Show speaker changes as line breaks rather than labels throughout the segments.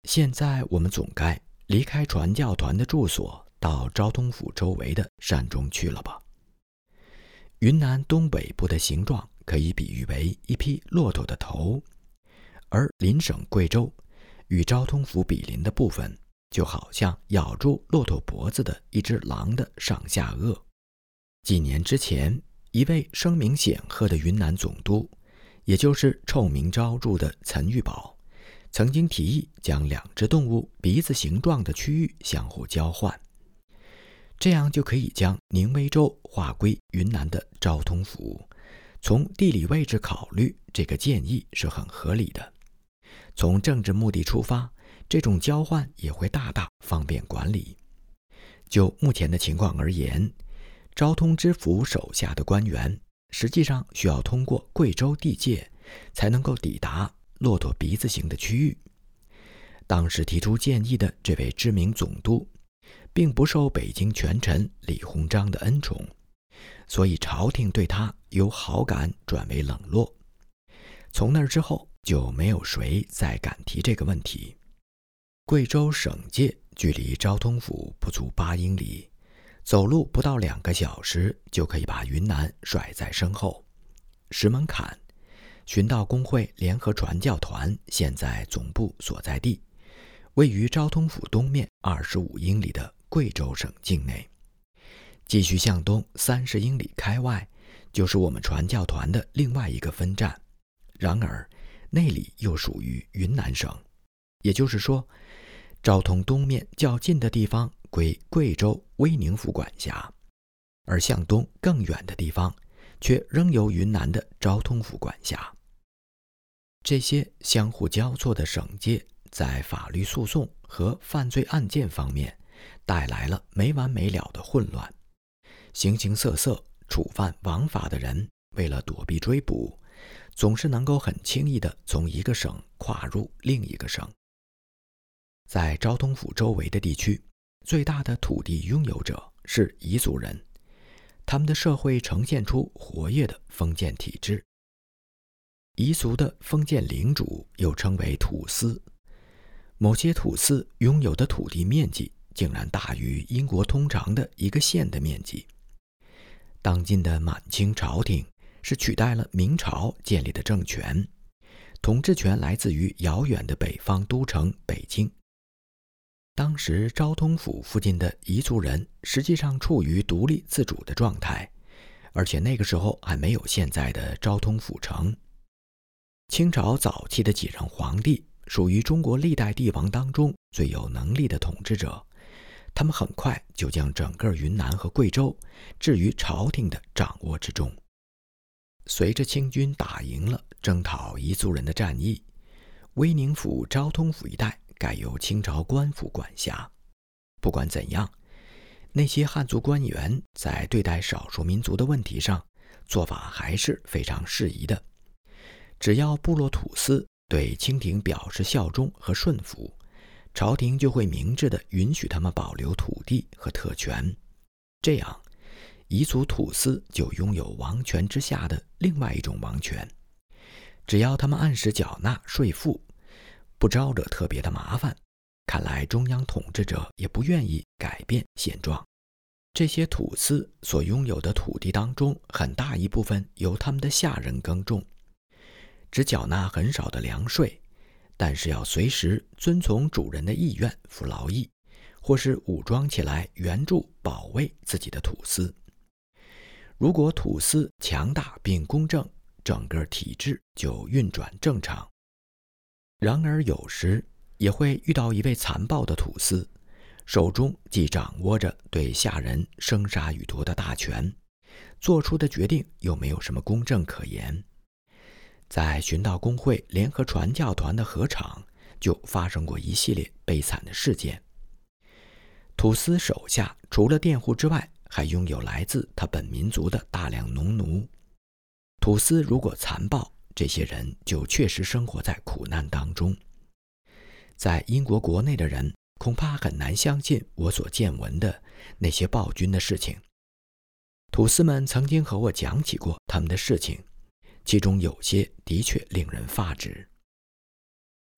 现在我们总该离开传教团的住所，到昭通府周围的山中去了吧？云南东北部的形状可以比喻为一匹骆驼的头，而邻省贵州与昭通府比邻的部分，就好像咬住骆驼脖子的一只狼的上下颚。几年之前，一位声名显赫的云南总督，也就是臭名昭著的岑玉宝，曾经提议将两只动物鼻子形状的区域相互交换，这样就可以将宁威州划归云南的昭通府。从地理位置考虑，这个建议是很合理的。从政治目的出发，这种交换也会大大方便管理。就目前的情况而言，昭通知府手下的官员实际上需要通过贵州地界才能够抵达骆驼鼻子形的区域。当时提出建议的这位知名总督并不受北京权臣李鸿章的恩宠，所以朝廷对他由好感转为冷落。从那之后就没有谁再敢提这个问题。贵州省界距离昭通府不足8英里，走路不到2个小时就可以把云南甩在身后。石门坎，寻道公会联合传教团现在总部所在地，位于昭通府东面25英里的贵州省境内。继续向东30英里开外，就是我们传教团的另外一个分站。然而那里又属于云南省，也就是说，昭通东面较近的地方归贵州威宁府管辖，而向东更远的地方却仍由云南的昭通府管辖。这些相互交错的省界，在法律诉讼和犯罪案件方面带来了没完没了的混乱。形形色色触犯王法的人，为了躲避追捕，总是能够很轻易地从一个省跨入另一个省。在昭通府周围的地区，最大的土地拥有者是彝族人，他们的社会呈现出活跃的封建体制。彝族的封建领主又称为土司，某些土司拥有的土地面积竟然大于英国通常的一个县的面积。当今的满清朝廷是取代了明朝建立的政权，统治权来自于遥远的北方都城北京。当时昭通府附近的彝族人实际上处于独立自主的状态，而且那个时候还没有现在的昭通府城。清朝早期的几任皇帝属于中国历代帝王当中最有能力的统治者，他们很快就将整个云南和贵州置于朝廷的掌握之中。随着清军打赢了征讨彝族人的战役，威宁府、昭通府一带改由清朝官府管辖。不管怎样，那些汉族官员在对待少数民族的问题上做法还是非常适宜的。只要部落土司对清廷表示效忠和顺服，朝廷就会明智地允许他们保留土地和特权。这样，彝族土司就拥有王权之下的另外一种王权。只要他们按时缴纳税赋，不招惹特别的麻烦，看来中央统治者也不愿意改变现状。这些土司所拥有的土地当中，很大一部分由他们的下人耕种，只缴纳很少的粮税，但是要随时遵从主人的意愿服劳役，或是武装起来援助保卫自己的土司。如果土司强大并公正，整个体制就运转正常。然而有时也会遇到一位残暴的土司，手中既掌握着对下人生杀予夺的大权，做出的决定又没有什么公正可言。在寻道公会联合传教团的合场，就发生过一系列悲惨的事件。土司手下除了佃户之外，还拥有来自他本民族的大量农奴。土司如果残暴，这些人就确实生活在苦难当中。在英国国内的人恐怕很难相信我所见闻的那些暴君的事情。土司们曾经和我讲起过他们的事情，其中有些的确令人发指。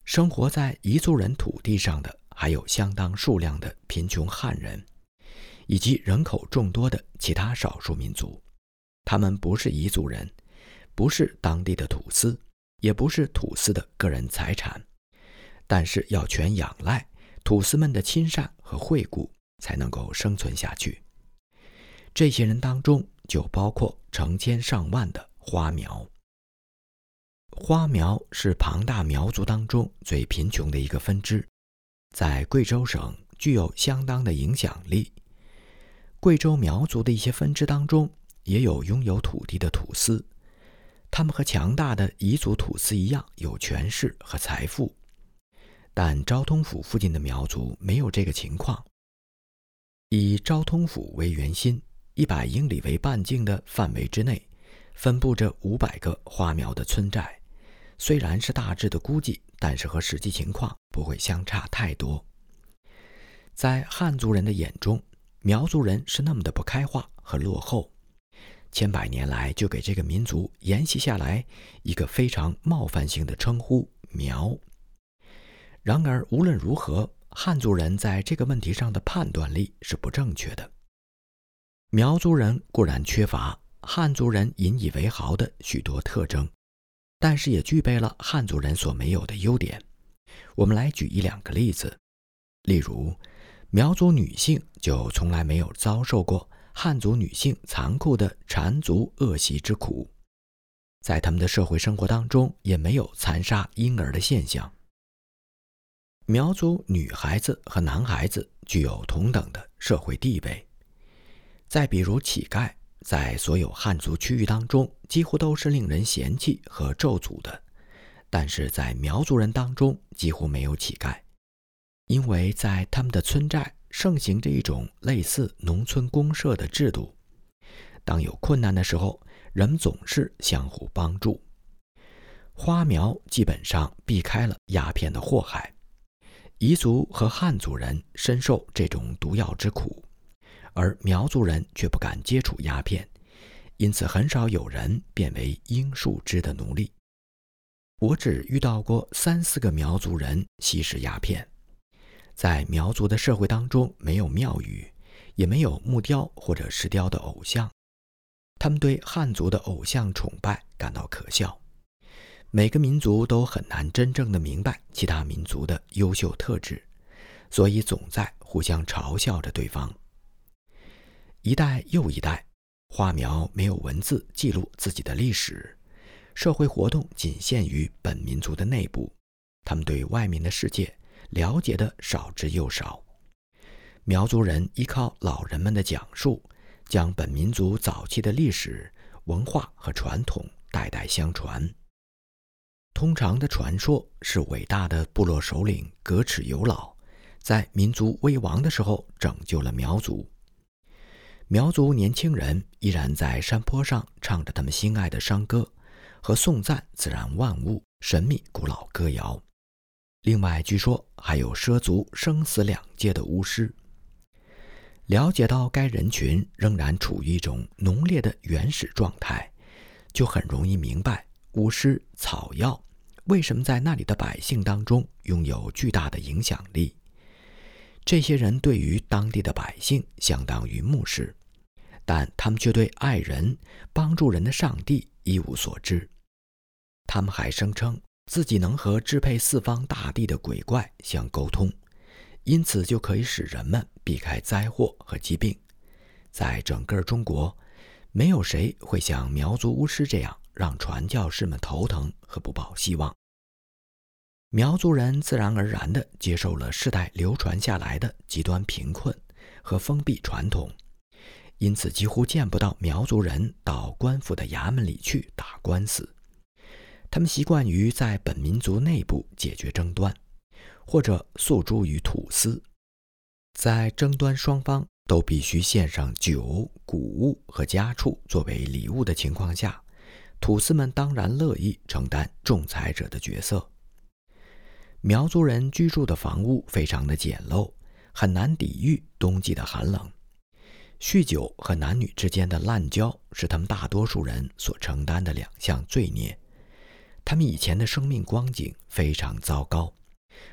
生活在彝族人土地上的还有相当数量的贫穷汉人，以及人口众多的其他少数民族。他们不是彝族人，不是当地的土司，也不是土司的个人财产，但是要全仰赖土司们的亲善和惠顾才能够生存下去。这些人当中就包括成千上万的花苗。花苗是庞大苗族当中最贫穷的一个分支，在贵州省具有相当的影响力。贵州苗族的一些分支当中也有拥有土地的土司，他们和强大的彝族土司一样有权势和财富，但昭通府附近的苗族没有这个情况。以昭通府为圆心，100英里为半径的范围之内，分布着500个花苗的村寨。虽然是大致的估计，但是和实际情况不会相差太多。在汉族人的眼中，苗族人是那么的不开化和落后，千百年来就给这个民族沿袭下来一个非常冒犯性的称呼——苗。然而无论如何，汉族人在这个问题上的判断力是不正确的。苗族人固然缺乏汉族人引以为豪的许多特征，但是也具备了汉族人所没有的优点。我们来举1-2个例子。例如，苗族女性就从来没有遭受过汉族女性残酷的缠足恶习之苦，在他们的社会生活当中也没有残杀婴儿的现象。苗族女孩子和男孩子具有同等的社会地位。再比如乞丐，在所有汉族区域当中几乎都是令人嫌弃和咒诅的，但是在苗族人当中几乎没有乞丐，因为在他们的村寨盛行着一种类似农村公社的制度。当有困难的时候，人们总是相互帮助。花苗基本上避开了鸦片的祸害，彝族和汉族人深受这种毒药之苦，而苗族人却不敢接触鸦片，因此很少有人变为罂粟枝的奴隶。我只遇到过3-4个苗族人吸食鸦片。在苗族的社会当中，没有庙宇，也没有木雕或者石雕的偶像，他们对汉族的偶像崇拜感到可笑。每个民族都很难真正的明白其他民族的优秀特质，所以总在互相嘲笑着对方。一代又一代，花苗没有文字记录自己的历史，社会活动仅限于本民族的内部，他们对外面的世界了解的少之又少。苗族人依靠老人们的讲述，将本民族早期的历史、文化和传统代代相传。通常的传说是伟大的部落首领格齿有老在民族危亡的时候拯救了苗族。苗族年轻人依然在山坡上唱着他们心爱的山歌和颂赞自然万物神秘古老歌谣。另外据说还有畲族生死两界的巫师。了解到该人群仍然处于一种浓烈的原始状态，就很容易明白巫师、草药为什么在那里的百姓当中拥有巨大的影响力。这些人对于当地的百姓相当于牧师，但他们却对爱人、帮助人的上帝一无所知。他们还声称自己能和支配四方大地的鬼怪相沟通，因此就可以使人们避开灾祸和疾病。在整个中国，没有谁会像苗族巫师这样让传教士们头疼和不抱希望。苗族人自然而然地接受了世代流传下来的极端贫困和封闭传统，因此几乎见不到苗族人到官府的衙门里去打官司。他们习惯于在本民族内部解决争端，或者诉诸于土司。在争端双方都必须献上酒、谷物和家畜作为礼物的情况下，土司们当然乐意承担仲裁者的角色。苗族人居住的房屋非常的简陋，很难抵御冬季的寒冷。酗酒和男女之间的滥交是他们大多数人所承担的两项罪孽。他们以前的生命光景非常糟糕，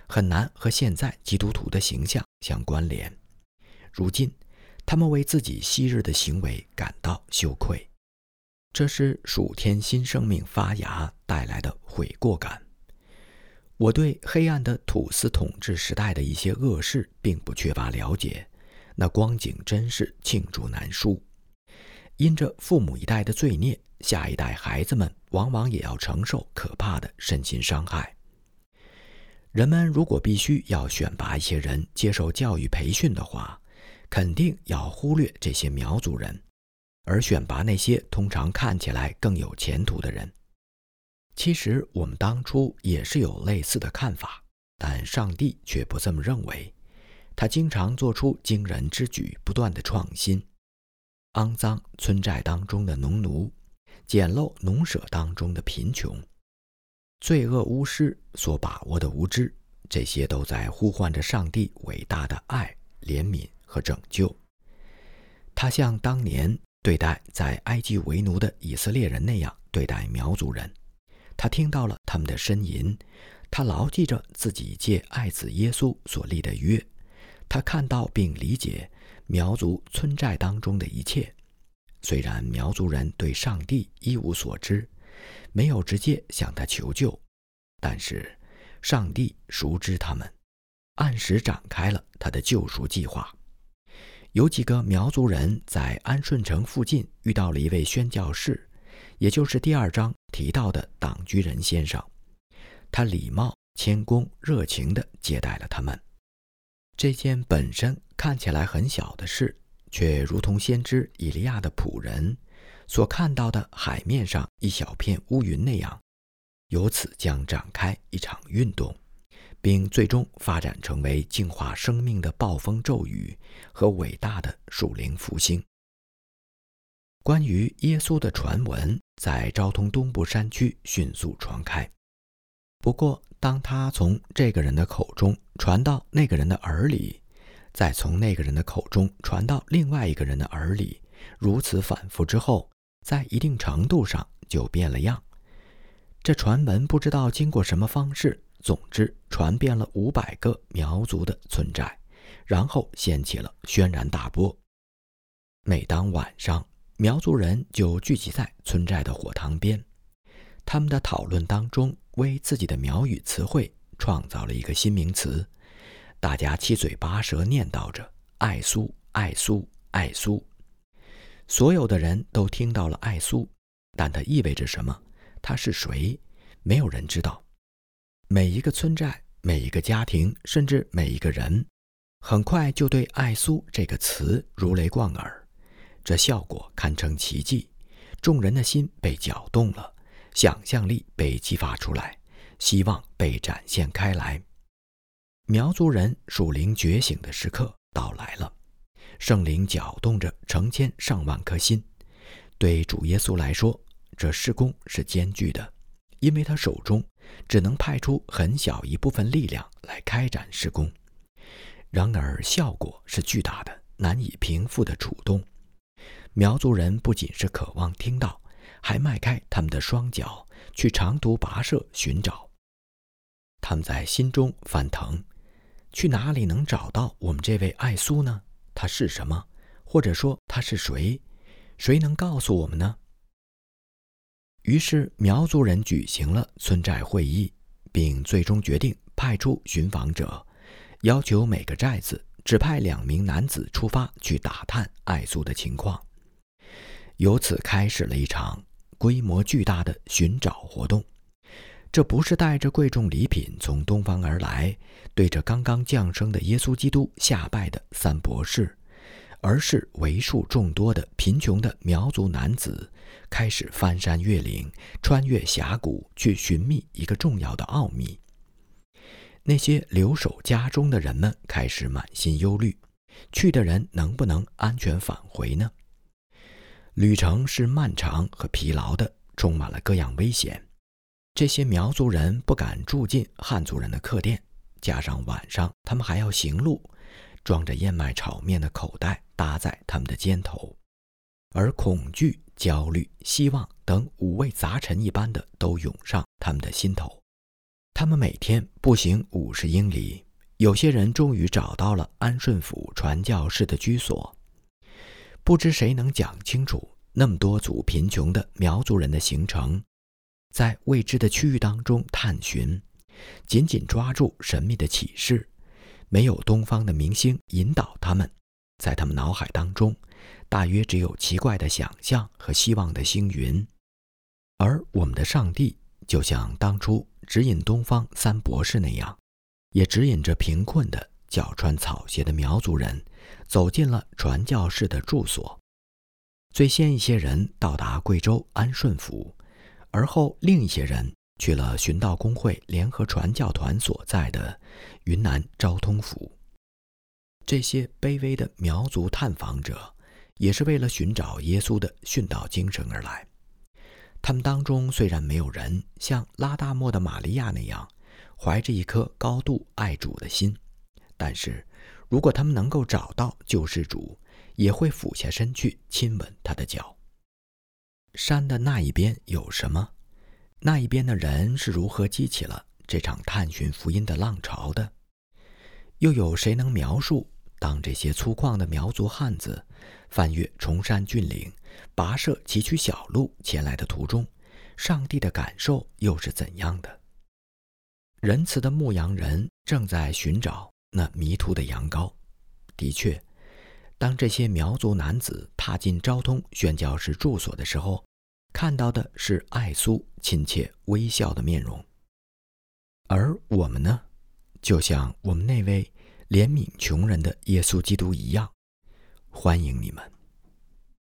很难和现在基督徒的形象相关联。如今，他们为自己昔日的行为感到羞愧，这是属天新生命发芽带来的悔过感。我对黑暗的土司统治时代的一些恶事并不缺乏了解，那光景真是罄竹难书。因着父母一代的罪孽，下一代孩子们往往也要承受可怕的身心伤害。人们如果必须要选拔一些人接受教育培训的话，肯定要忽略这些苗族人，而选拔那些通常看起来更有前途的人。其实我们当初也是有类似的看法，但上帝却不这么认为。他经常做出惊人之举，不断的创新。肮脏村寨当中的农奴，简陋农舍当中的贫穷，罪恶巫师所把握的无知，这些都在呼唤着上帝伟大的爱、怜悯和拯救。他像当年对待在埃及为奴的以色列人那样对待苗族人。他听到了他们的呻吟，他牢记着自己借爱子耶稣所立的约，他看到并理解苗族村寨当中的一切。虽然苗族人对上帝一无所知，没有直接向他求救，但是上帝熟知他们，按时展开了他的救赎计划。有几个苗族人在安顺城附近遇到了一位宣教士，也就是第2章提到的党居人先生。他礼貌、谦恭、热情地接待了他们。这件本身看起来很小的事，却如同先知以利亚的仆人所看到的海面上一小片乌云那样，由此将展开一场运动，并最终发展成为净化生命的暴风骤雨和伟大的属灵复兴。关于耶稣的传闻在昭通东部山区迅速传开。不过，当他从这个人的口中传到那个人的耳里，再从那个人的口中传到另外一个人的耳里，如此反复之后，在一定程度上就变了样。这传闻不知道经过什么方式，总之传遍了500个苗族的村寨，然后掀起了轩然大波。每当晚上，苗族人就聚集在村寨的火塘边，他们的讨论当中为自己的苗语词汇创造了一个新名词，大家七嘴八舌念叨着爱苏爱苏爱苏。所有的人都听到了爱苏，但它意味着什么，他是谁，没有人知道。每一个村寨、每一个家庭，甚至每一个人，很快就对爱苏这个词如雷贯耳。这效果堪称奇迹，众人的心被搅动了，想象力被激发出来，希望被展现开来。苗族人属灵觉醒的时刻到来了，圣灵搅动着成千上万颗心。对主耶稣来说，这事工是艰巨的，因为他手中只能派出很小一部分力量来开展事工。然而效果是巨大的，难以平复的触动。苗族人不仅是渴望听到，还迈开他们的双脚去长途跋涉寻找。他们在心中翻腾，去哪里能找到我们这位爱苏呢？他是什么？或者说他是谁？谁能告诉我们呢？于是苗族人举行了村寨会议，并最终决定派出寻访者，要求每个寨子只派2名男子出发去打探爱苏的情况。由此开始了一场规模巨大的寻找活动。这不是带着贵重礼品从东方而来，对着刚刚降生的耶稣基督下拜的3博士，而是为数众多的贫穷的苗族男子开始翻山越岭，穿越峡谷，去寻觅一个重要的奥秘。那些留守家中的人们开始满心忧虑，去的人能不能安全返回呢？旅程是漫长和疲劳的，充满了各样危险。这些苗族人不敢住进汉族人的客店，加上晚上他们还要行路，装着燕麦炒面的口袋搭在他们的肩头，而恐惧、焦虑、希望等五味杂陈一般的都涌上他们的心头。 他们每天步行50英里，有些人终于找到了安顺府传教士的居所。不知谁能讲清楚那么多组贫穷的苗族人的行程，在未知的区域当中探寻，紧紧抓住神秘的启示，没有东方的明星引导他们，在他们脑海当中大约只有奇怪的想象和希望的星云。而我们的上帝就像当初指引东方三博士那样，也指引着贫困的脚穿草鞋的苗族人走进了传教士的住所。最先一些人到达贵州安顺府，而后另一些人去了寻道公会联合传教团所在的云南昭通府。这些卑微的苗族探访者也是为了寻找耶稣的殉道精神而来。他们当中虽然没有人像拉大漠的玛利亚那样怀着一颗高度爱主的心，但是如果他们能够找到救世主，也会俯下身去亲吻他的脚。山的那一边有什么？那一边的人是如何激起了这场探寻福音的浪潮的？又有谁能描述当这些粗犷的苗族汉子翻越崇山峻岭，跋涉崎岖小路前来的途中，上帝的感受又是怎样的？仁慈的牧羊人正在寻找那迷途的羊羔。的确，当这些苗族男子踏进昭通宣教士住所的时候，看到的是爱苏亲切微笑的面容。而我们呢，就像我们那位怜悯穷人的耶稣基督一样，欢迎你们。